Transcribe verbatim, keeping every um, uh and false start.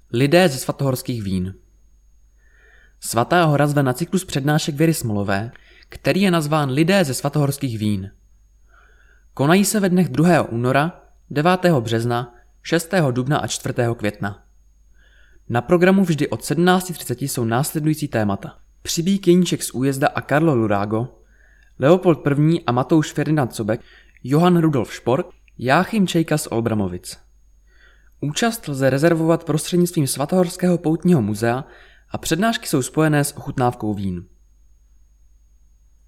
Lidé ze svatohorských vín. Svatá hora zve na cyklus přednášek Věry Smolové, který je nazván Lidé ze svatohorských vín. Konají se ve dnech druhého února, devátého března, šestého dubna a čtvrtého května. Na programu vždy od sedmnáct třicet jsou následující témata. Přibík Jeníček z Újezda a Karlo Lurago, Leopold I. a Matouš Ferdinand Sobek, Johann Rudolf Špork, Jáchym Čejka z Olbramovic. Účast lze rezervovat prostřednictvím Svatohorského poutního muzea a přednášky jsou spojené s ochutnávkou vín.